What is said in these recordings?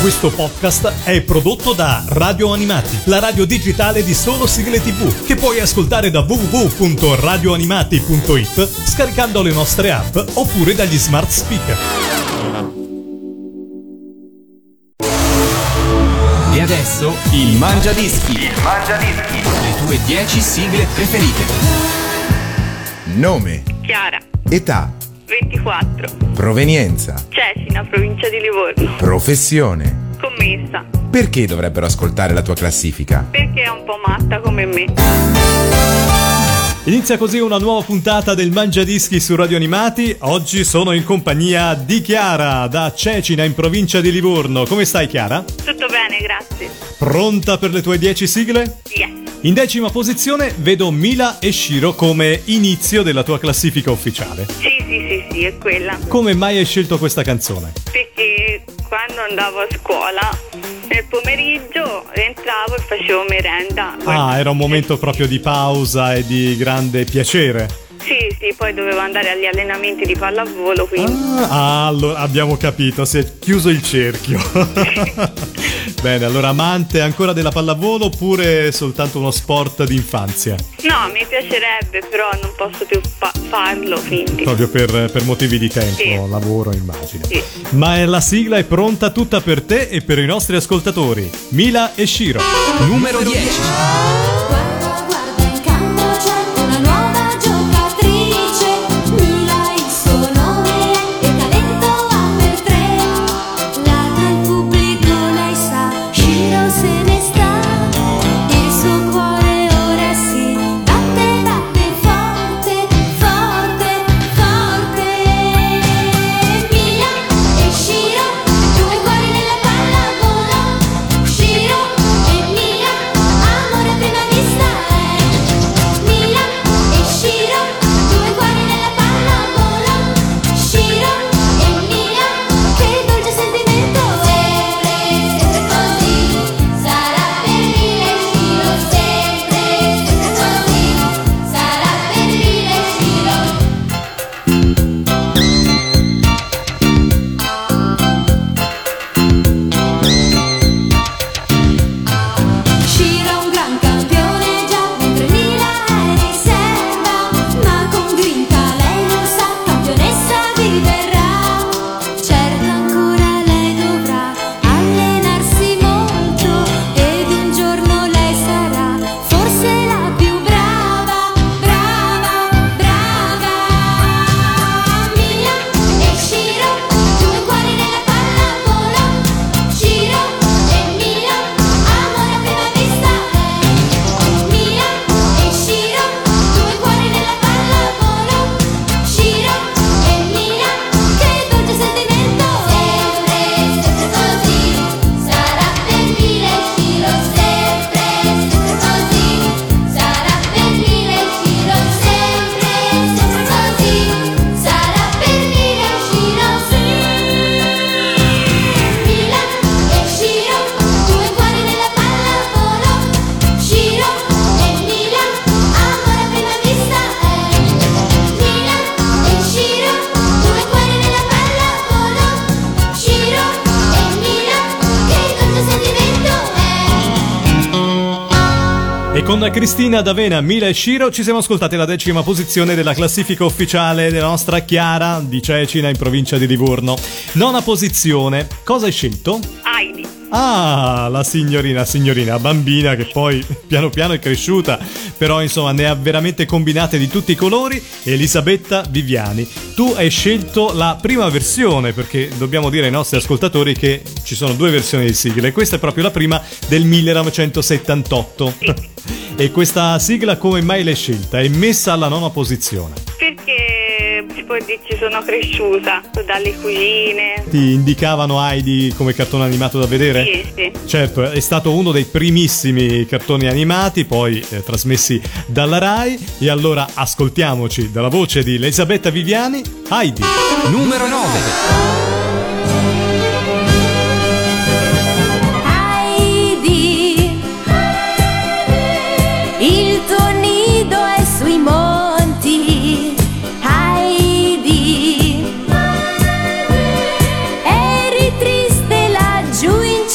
Questo podcast è prodotto da Radio Animati, la radio digitale di solo sigle TV, che puoi ascoltare da www.radioanimati.it scaricando le nostre app oppure dagli smart speaker. E adesso il Mangiadischi. Le tue 10 sigle preferite. Nome. Chiara. Età. 24. Provenienza. Cecina, provincia di Livorno. Professione. Commessa. Perché dovrebbero ascoltare la tua classifica? Perché è un po' matta come me. Inizia così una nuova puntata del Mangiadischi su Radio Animati. Oggi sono in compagnia di Chiara da Cecina in provincia di Livorno. Come stai, Chiara? Tutto bene, grazie. Pronta per le tue 10 sigle? Yes. In 10ª posizione vedo Mila e Shiro come inizio della tua classifica ufficiale. Sì, è quella. Come mai hai scelto questa canzone? Perché quando andavo a scuola, nel pomeriggio rientravo e facevo merenda. Ah, era un momento proprio di pausa e di grande piacere. Sì, poi dovevo andare agli allenamenti di pallavolo, quindi... Allora abbiamo capito, si è chiuso il cerchio. Bene, allora amante ancora della pallavolo oppure soltanto uno sport d'infanzia? No, mi piacerebbe, però non posso più farlo, quindi... Proprio per motivi di tempo, sì. Lavoro immagino. Sì. Ma la sigla è pronta tutta per te e per i nostri ascoltatori. Mila e Shiro. Numero 10. Con Cristina D'Avena, Mila e Shiro ci siamo ascoltati la 10ª posizione della classifica ufficiale della nostra Chiara di Cecina in provincia di Livorno. 9ª posizione, cosa hai scelto? Heidi. Ah, la signorina, bambina che poi piano piano è cresciuta, però insomma ne ha veramente combinate di tutti i colori. Elisabetta Viviani, tu hai scelto la prima versione perché dobbiamo dire ai nostri ascoltatori che ci sono 2 versioni di sigla e questa è proprio la prima del 1978. E questa sigla come mai l'hai scelta? È messa alla 9ª posizione. Perché si può dire ci sono cresciuta dalle cugine. Ti indicavano Heidi come cartone animato da vedere? Sì. Certo, è stato uno dei primissimi cartoni animati, poi trasmessi dalla Rai. E allora ascoltiamoci dalla voce di Elisabetta Viviani, Heidi. Numero 9. Il tuo nido è sui monti, Heidi. Eri triste laggiù in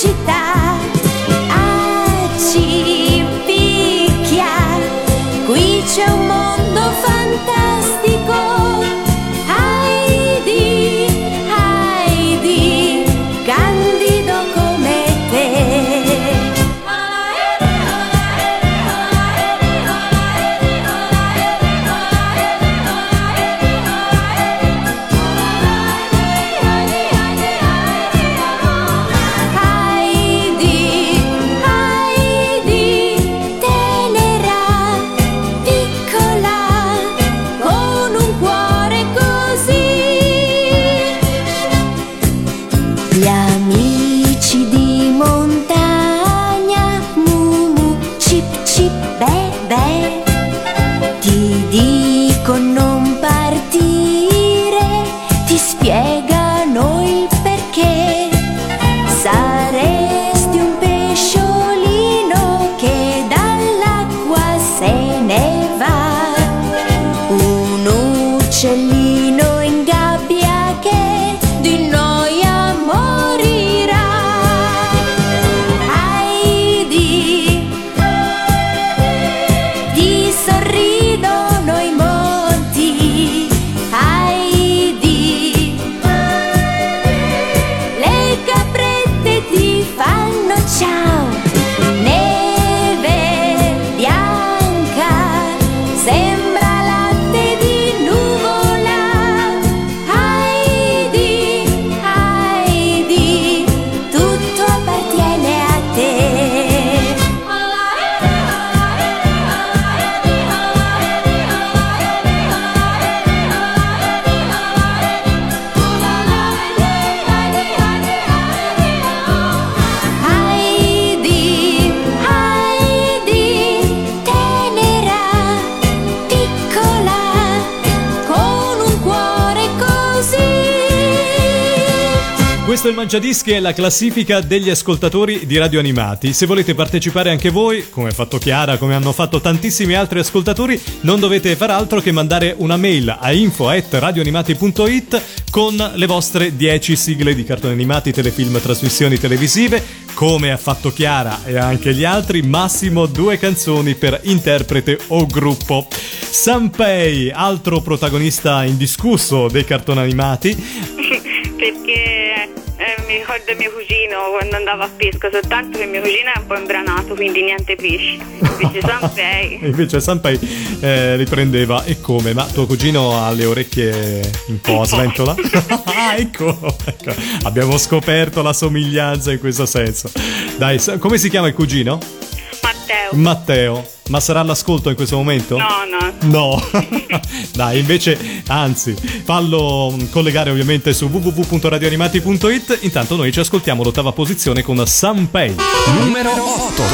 Questo è il Mangiadischi, è la classifica degli ascoltatori di Radio Animati. Se volete partecipare anche voi, come ha fatto Chiara, come hanno fatto tantissimi altri ascoltatori, non dovete far altro che mandare una mail a info@radioanimati.it con le vostre 10 sigle di cartoni animati, telefilm, trasmissioni televisive. Come ha fatto Chiara e anche gli altri, massimo 2 canzoni per interprete o gruppo. Sanpei, altro protagonista indiscusso dei cartoni animati. Perché mi ricordo mio cugino quando andava a pesca, soltanto che mio cugino è un po' imbranato, quindi niente pesci. Invece Sanpei riprendeva. E come? Ma tuo cugino ha le orecchie un po' a sventola? Ah, ecco, abbiamo scoperto la somiglianza in questo senso. Dai, come si chiama il cugino? Matteo. Ma sarà all'ascolto in questo momento? No. Dai, invece, anzi, fallo collegare ovviamente su www.radioanimati.it. Intanto noi ci ascoltiamo l'ottava posizione con Sanpei. Numero 8.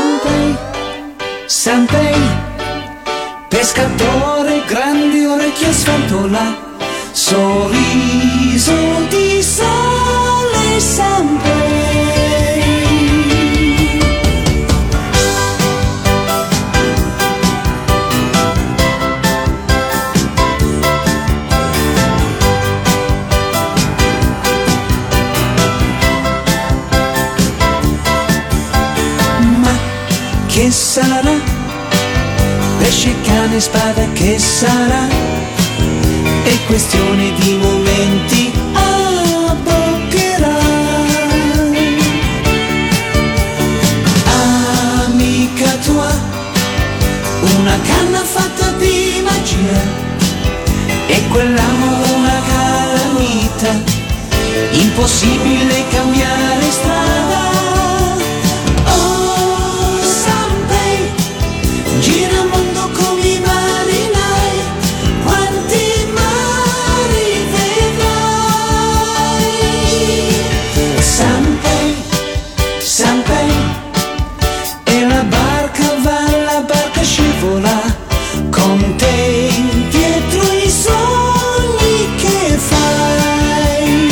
Sanpei, pescatore, grandi orecchie a sventola, sorriso di sole, Sanpei. Che sarà? Pesce, cane, spada, che sarà? È questione di momenti, abboccherà. Amica tua, una canna fatta di magia, e quell'amore una calamita, impossibile cambiare strada. Gira il mondo come i marinai, quanti mari vedrai. Sanpei, e la barca va, la barca scivola, con te dietro i sogni che fai.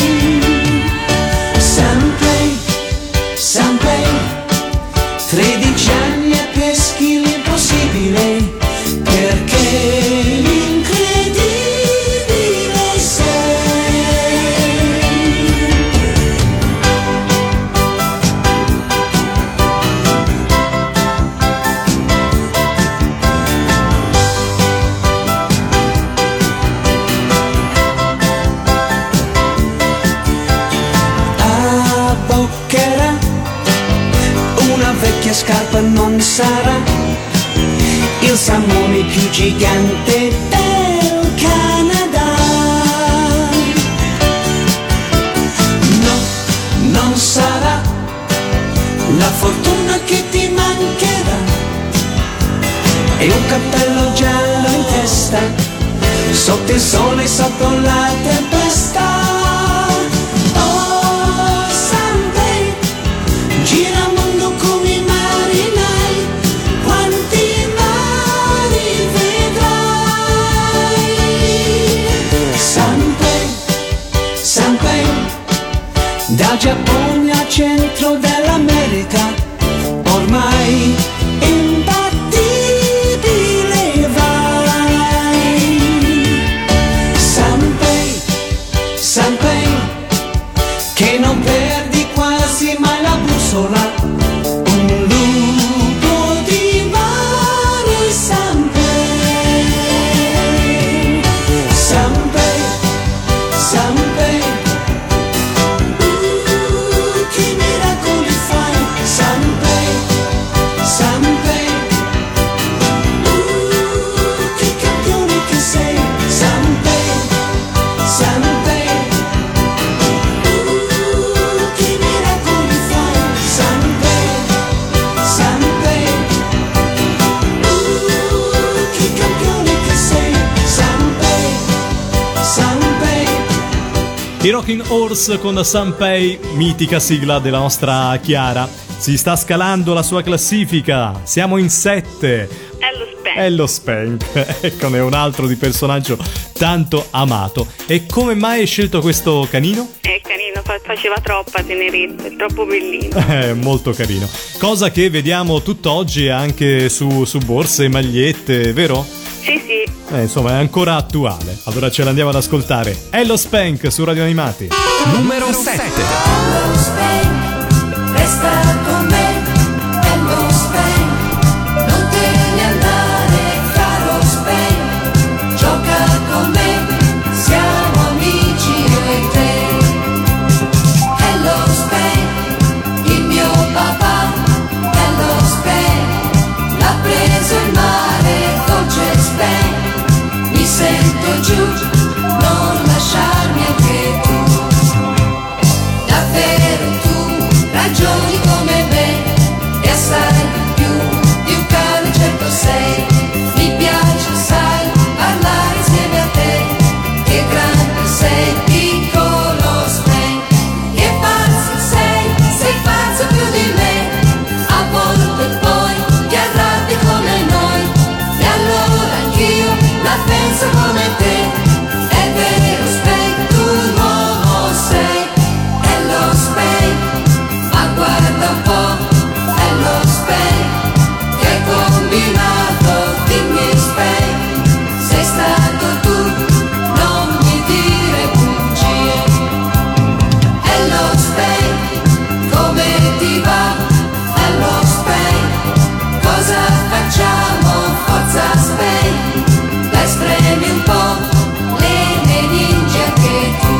Sanpei, 13 anni e peschi l'impossibile, perché l'incredibile sei. Abboccherà, una vecchia scarpa non sarà, il salmone più gigante del Canada. No, non sarà la fortuna che ti mancherà, e un cappello giallo in testa, sotto il sole, sotto la tempesta. Oh, Sanpei, gira il mondo come i marinai, quanti mari vedrai. Sanpei, dal Giappone al centro dell'America, ormai imbattibile vai. Sanpei, che non perdi quasi mai la bussola, un lupo di mare. Sanpei, che miracoli fai. Sanpei, che campione che sei. Sanpei, che miracoli fai. Sanpei, che campione che sei. Sanpei. I Rocking Horse con Sanpei, mitica sigla della nostra Chiara. Si sta scalando la sua classifica, siamo in 7. È lo Spank. Eccone un altro di personaggio tanto amato. E come mai hai scelto questo canino? Il canino fa faceva troppa tenerezza, è troppo bellino. Molto carino. Cosa che vediamo tutt'oggi anche su borse e magliette, vero? Sì, sì. Insomma, è ancora attuale. Allora ce l'andiamo ad ascoltare. Hello Spank su Radio Animati. Numero 7. Hello Spank, resta con me. Hello Spank, non te ne andare, caro Spank. Gioca con me, siamo amici io e te. Hello Spank, il mio papà. Hello Spank, l'ha preso il mare, dolce Spank. Mi sento giù, non lasciarmi anche tu. Davvero tu ragioni come me e assai più di un cane certo sei. Mi piace sai parlare insieme a te. Che grande sei, piccolo Spank. Che pazzo sei pazzo più di me. A volte poi ti arrabbi come noi e allora anch'io la penso come te. È vero Spank, tu un uomo sei. Hello Spank, ma guarda un po'. Hello Spank, che hai combinato? Dimmi Spank, sei stato tu, non mi dire bugie. Hello Spank, come ti va? Hello Spank, cosa facciamo? Forza Spank, dai spremi un po' le meningi anche tu.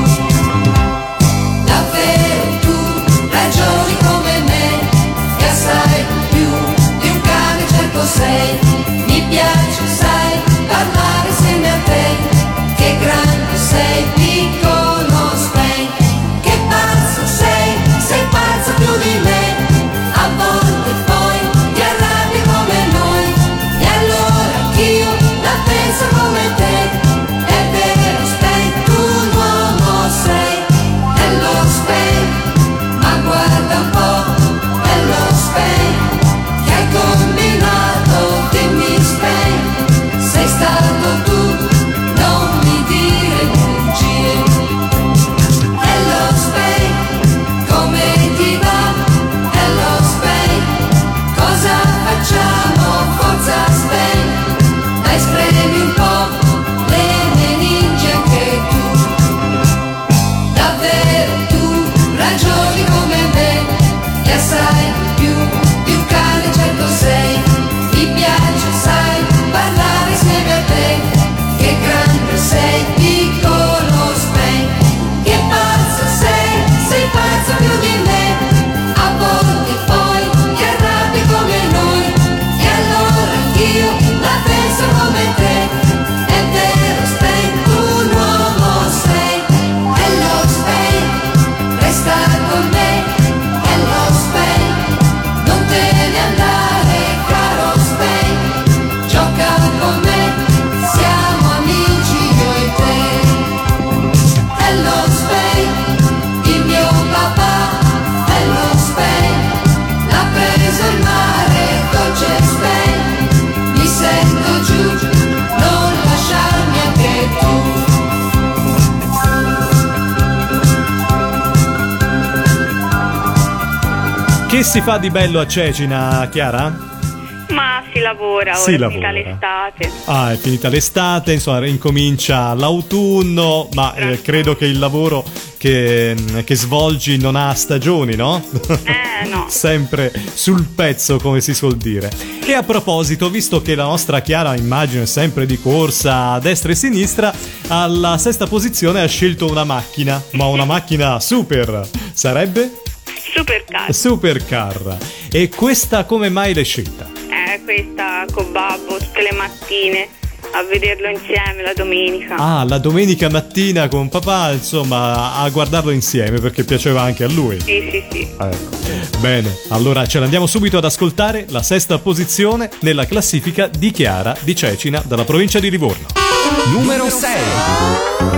Davvero tu ragioni come me e assai più di un cane certo sei. Mi piace sai parlare insieme a te. Che grande sei, piccolo Spank. Che pazzo sei pazzo più di me. A volte poi ti arrabbi come noi e allora anch'io la penso come te. È vero Spank, tu un uomo sei. Hello Spank, ma guarda un po'. Hello Spank, che hai combinato? Dimmi Spank, sei stato tu, non mi dire bugie. Hello Spank, come ti va? Hello Spank, cosa facciamo? Forza Spank, dai spremi un po' le meningi anche tu. Davvero tu ragioni come me e assai più di un cane certo sei. Mi piace sai parlare insieme a te. Che grande sei, piccolo Spank. Che pazzo sei pazzo più di me. A volte poi ti arrabbi come noi e allora anch'io la penso come te. È vero Spank, tu un uomo sei. Hello Spank, resta con me. Hello Spank, non te ne andare, caro Spank. Gioca con me, siamo amici io e te. Hello Spank, il mio papà. Hello Spank, l'ha preso il mare, dolce Spank. Mi sento giù, non lasciarmi anche tu. Che si fa di bello a Cecina, Chiara? Ma si lavora, ora Si è lavora. finita l'estate. Ah, è finita l'estate, insomma, incomincia l'autunno, ma credo che il lavoro che svolgi non ha stagioni, no? No. Sempre sul pezzo, come si suol dire. E a proposito, visto che la nostra Chiara, immagino, è sempre di corsa a destra e sinistra, alla sesta posizione ha scelto una macchina, ma una macchina super. Sarebbe? Supercar. Supercar. E questa come mai l'hai scelta? Questa con babbo tutte le mattine a vederlo insieme la domenica. Ah, la domenica mattina con papà, insomma, a guardarlo insieme perché piaceva anche a lui. Sì. Ecco. Bene, allora ce l'andiamo subito ad ascoltare, la sesta posizione nella classifica di Chiara di Cecina dalla provincia di Livorno. Numero 6.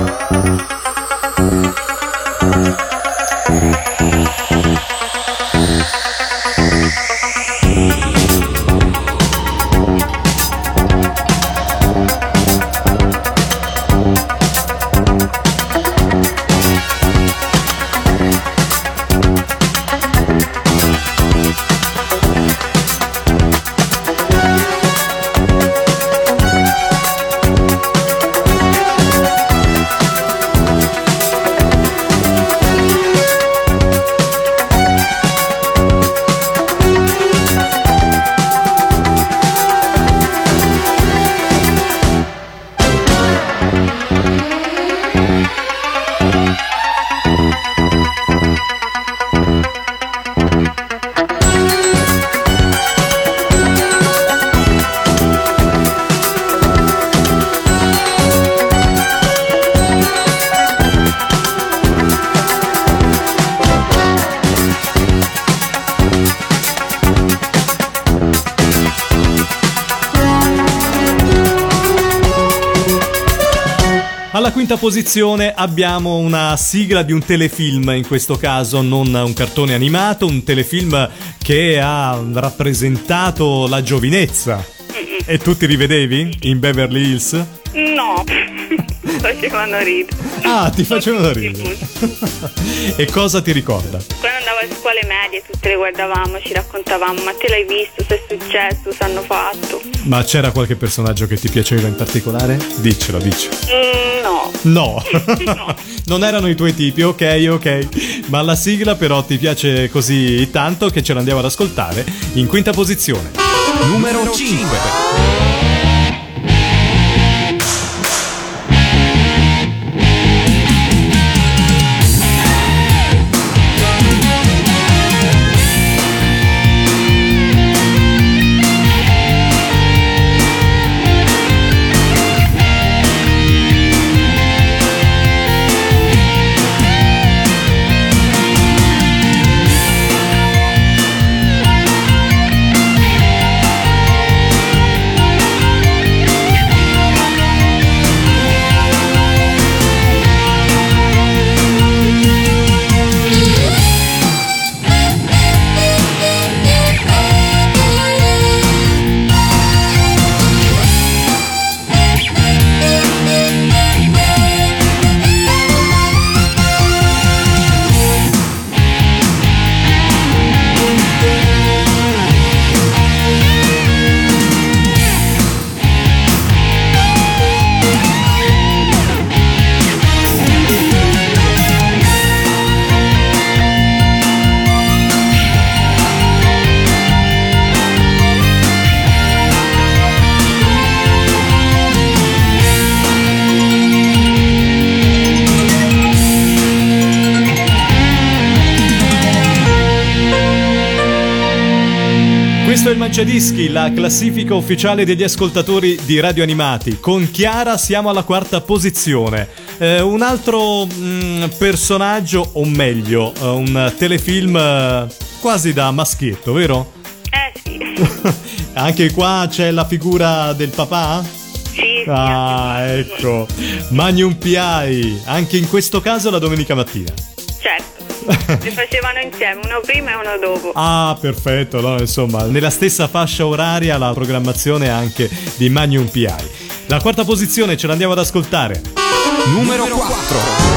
Alla quinta posizione abbiamo una sigla di un telefilm, in questo caso non un cartone animato, un telefilm che ha rappresentato la giovinezza. E tu ti rivedevi in Beverly Hills? No, facevano ridere. Ah, ti facevano ridere. E cosa ti ricorda? Quando andavo alle scuole medie tutte le guardavamo, ci raccontavamo, ma te l'hai visto, se è successo, cosa hanno fatto? Ma c'era qualche personaggio che ti piaceva in particolare? Diccelo. No. No. Non erano i tuoi tipi, ok. Ma la sigla però ti piace così tanto che ce l'andiamo ad ascoltare. In quinta posizione. Numero 5. Questo è il Mangiadischi, la classifica ufficiale degli ascoltatori di Radio Animati. Con Chiara siamo alla quarta posizione. Un altro personaggio, o meglio, un telefilm quasi da maschietto, vero? Sì. Anche qua c'è la figura del papà? Sì. Ah, ecco. Magnum P.I. Anche in questo caso la domenica mattina. Certo. Le facevano insieme, uno prima e uno dopo. Ah, perfetto, no? Insomma, nella stessa fascia oraria la programmazione anche di Magnum P.I. La quarta posizione ce l'andiamo ad ascoltare. Numero 4.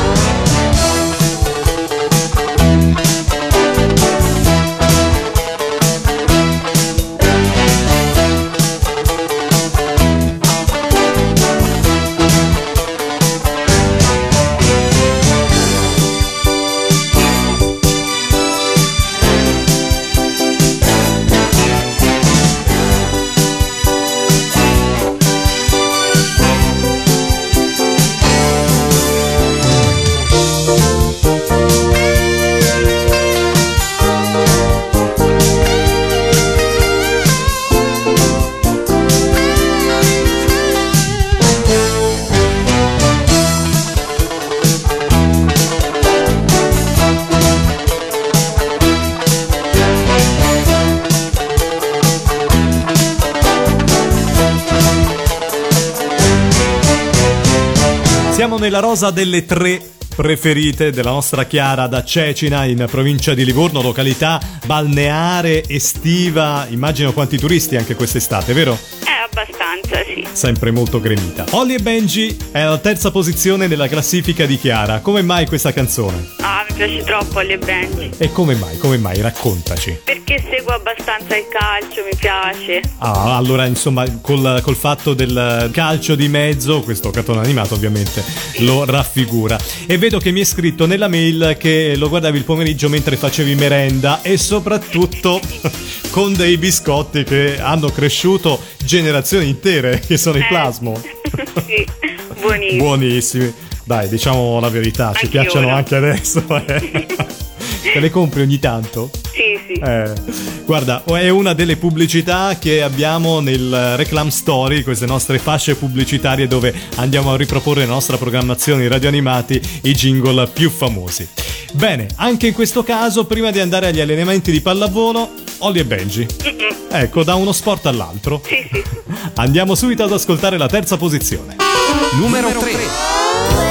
Siamo nella rosa delle tre preferite della nostra Chiara da Cecina, in provincia di Livorno, località balneare estiva. Immagino quanti turisti anche quest'estate, vero? Abbastanza, sì. Sempre molto gremita. Holly e Benji è alla terza posizione nella classifica di Chiara. Come mai questa canzone? Mi piace troppo Holly e Benji. E come mai? Come mai? Raccontaci. Perché seguo abbastanza il calcio, mi piace. Ah, allora insomma col fatto del calcio di mezzo, questo cartone animato ovviamente lo raffigura. E vedo che mi hai scritto nella mail che lo guardavi il pomeriggio mentre facevi merenda e soprattutto con dei biscotti che hanno cresciuto generazioni intere, che sono i Plasmo. Sì, buonissimi. Buonissimi. Dai, diciamo la verità, ci Anche piacciono ora. anche adesso. Te le compri ogni tanto? Sì. Guarda, è una delle pubblicità che abbiamo nel Reclam Story, queste nostre fasce pubblicitarie dove andiamo a riproporre nella nostra programmazione di Radio Animati i jingle più famosi. Bene, anche in questo caso, prima di andare agli allenamenti di pallavolo, Holly e Benji. Ecco, da uno sport all'altro. Sì. Andiamo subito ad ascoltare la terza posizione. Numero 3.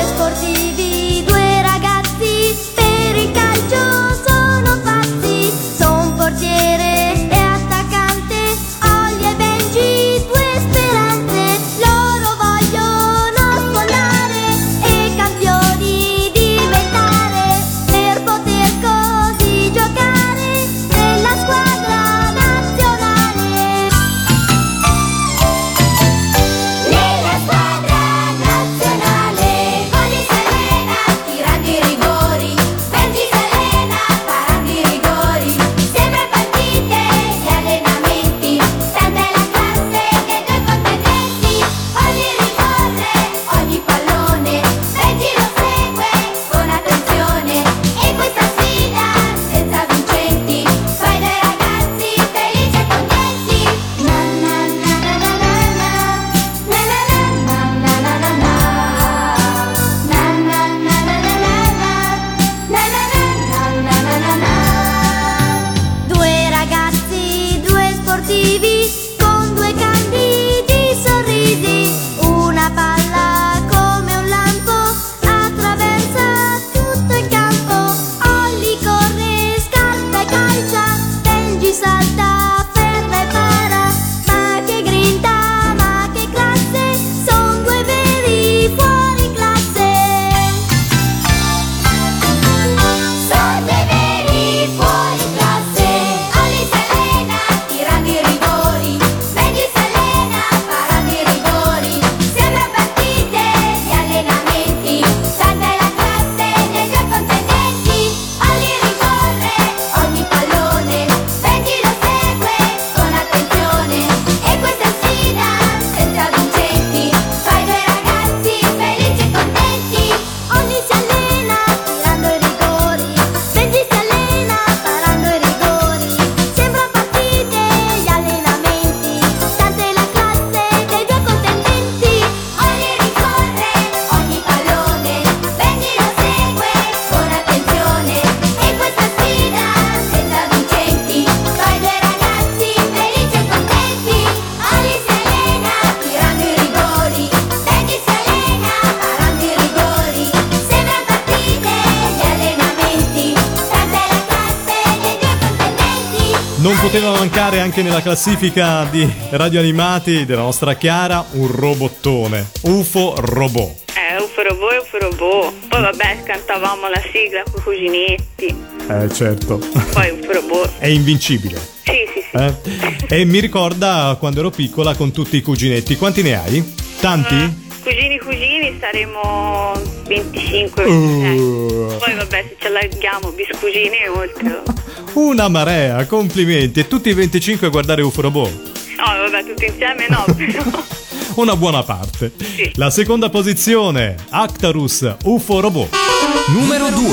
Non poteva mancare anche nella classifica di radio animati della nostra Chiara un robottone, UFO Robot. UFO Robot e UFO Robot. Poi vabbè, cantavamo la sigla con i cuginetti. Certo. Poi UFO Robot. È invincibile. Sì. E mi ricorda quando ero piccola con tutti i cuginetti. Quanti ne hai? Tanti? Cugini saremo 25. Poi vabbè, se ci allarghiamo biscugini e oltre. Una marea, complimenti. E tutti i 25 a guardare UFO Robot? No, vabbè, tutti insieme no, però. Una buona parte. Sì. La seconda posizione, Actarus, UFO Robot. Numero 2.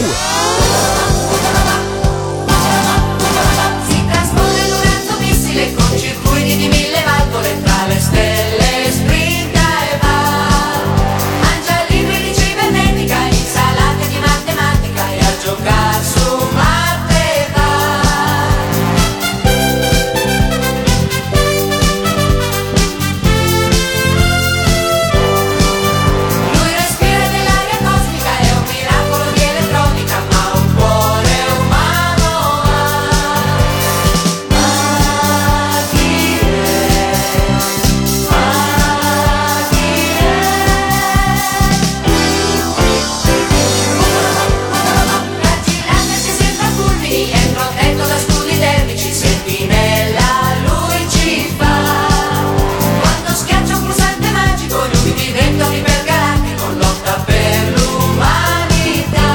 Si trasforma in un antmissile con circuiti di 1000 valvole tra le stelle, sprinta e va. Mangia libri di cibernetica, insalate di matematica e a giocare su Marte va. Lui respira dell'aria cosmica, è un miracolo di elettronica, ma un cuore umano ha. Ma chi è? Ma chi è? Raggi laser che sembra fulmini, è protetto da scudi termici, sentinella lui ci fa. Quando schiaccia un pulsante magico, lui diventa un ipergalattico, lotta per l'umanità.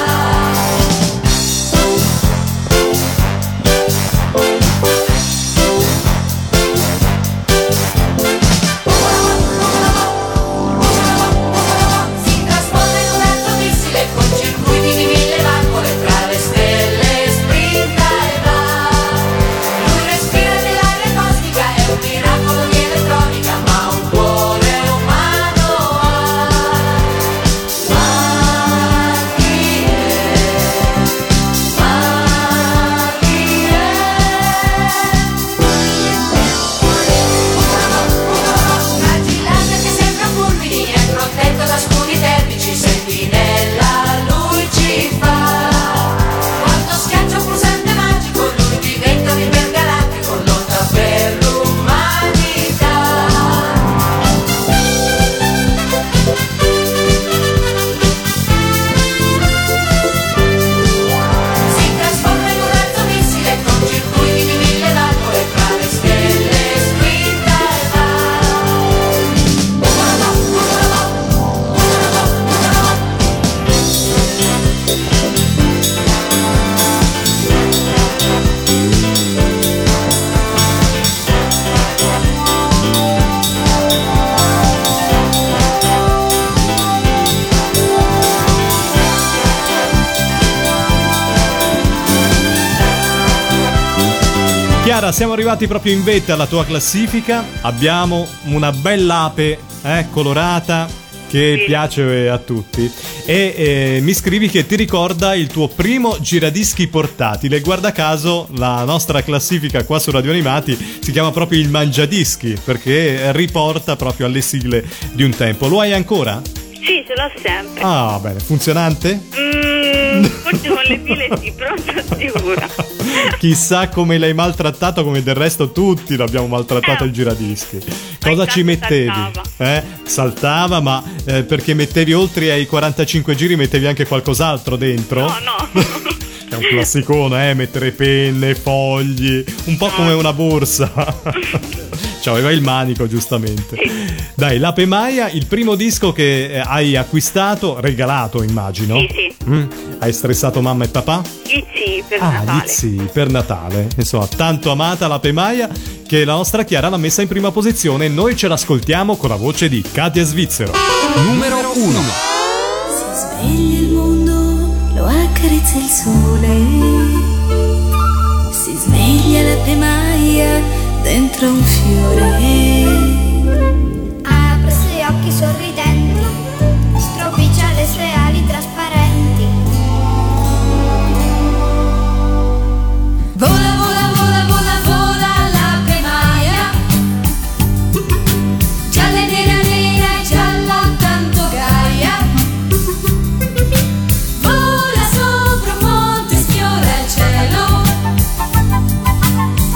Si trasforma in un antmissile con circuiti di 1000 valvole tra le stelle, sprinta e va. Lui respira dell'aria cosmica, è un miracolo di elettronica, ma un cuore umano ha. Ma chi è? Ma chi è? Raggi laser che sembra fulmini, è protetto da scudi termici, sentinella lui ci fa. Quando schiaccia un pulsante magico, lui diventa un ipergalattico, lotta per l'umanità. Si trasforma in un antmissile con circuiti di 1000 valvole tra le stelle, sprinta e va. Chiara, siamo arrivati proprio in vetta alla tua classifica. Abbiamo una bella ape colorata che Sì. piace a tutti. E mi scrivi che ti ricorda il tuo primo giradischi portatile. Guarda caso la nostra classifica qua su Radio Animati si chiama proprio il Mangiadischi, perché riporta proprio alle sigle di un tempo. Lo hai ancora? Sì, ce l'ho sempre. Ah, bene. Funzionante? Forse con le pile sì, però non sono sicura. Chissà come l'hai maltrattato, come del resto tutti l'abbiamo maltrattato il giradischi. Cosa Ogni ci tanto mettevi? saltava. Saltava, ma perché mettevi oltre ai 45 giri, mettevi anche qualcos'altro dentro? No. È un classicone, mettere penne, fogli, un po' come una borsa. Cioè, aveva il manico, giustamente. Dai, l'Ape Maia, il primo disco che hai acquistato, regalato, immagino. Sì. Hai stressato mamma e papà? Gli zii per Gli Natale. zii per Natale. Insomma, tanto amata l'Ape Maia che la nostra Chiara l'ha messa in prima posizione e noi ce l'ascoltiamo con la voce di Katia Svizzero. Numero 1. Si sveglia il mondo, lo accarezza il sole. Si sveglia l'Ape Maia dentro un fiore. Apre i suoi occhi sorridenti, stropiccia le sue ali trasparenti. Vola, vola, vola, vola, vola l'Ape Maia. Gialla e nera, nera e gialla, tanto gaia. Vola sopra un monte, sfiora il cielo.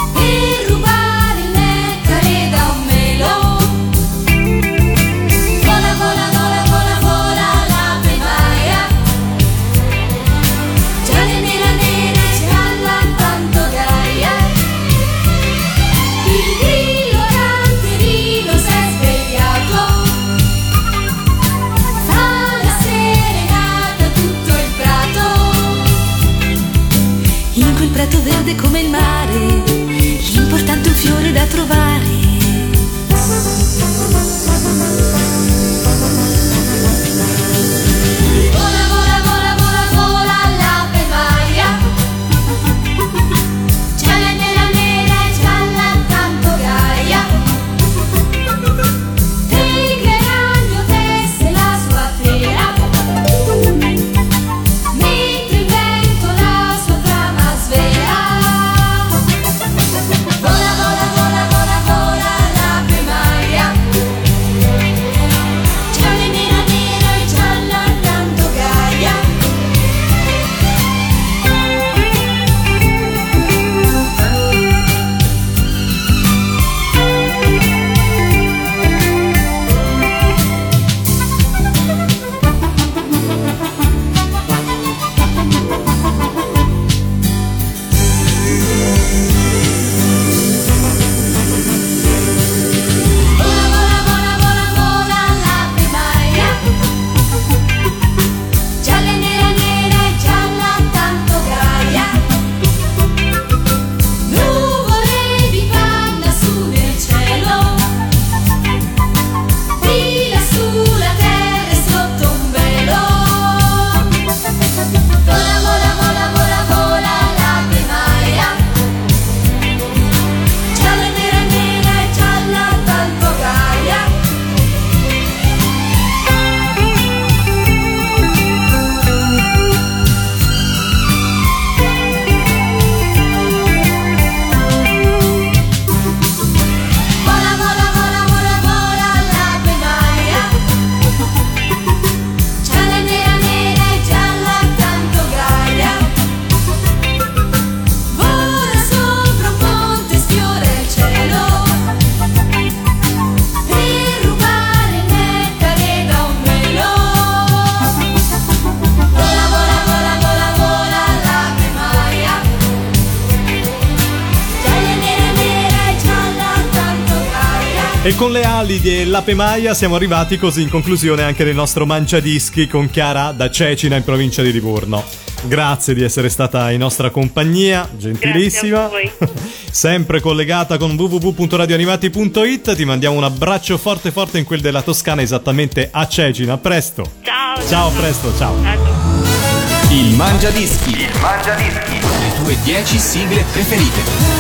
E con le ali dell'Ape Maia siamo arrivati così in conclusione anche del nostro Mangiadischi con Chiara da Cecina in provincia di Livorno. Grazie di essere stata in nostra compagnia, gentilissima. Grazie a voi. Sempre collegata con www.radioanimati.it. Ti mandiamo un abbraccio forte forte in quel della Toscana, esattamente a Cecina. A presto. Ciao, presto, ciao. Il Mangiadischi. Le tue 10 sigle preferite.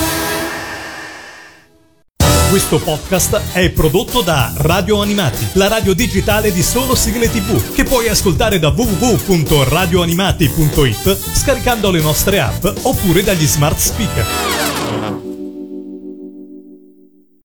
Questo podcast è prodotto da Radio Animati, la radio digitale di solo sigle TV, che puoi ascoltare da www.radioanimati.it scaricando le nostre app oppure dagli smart speaker.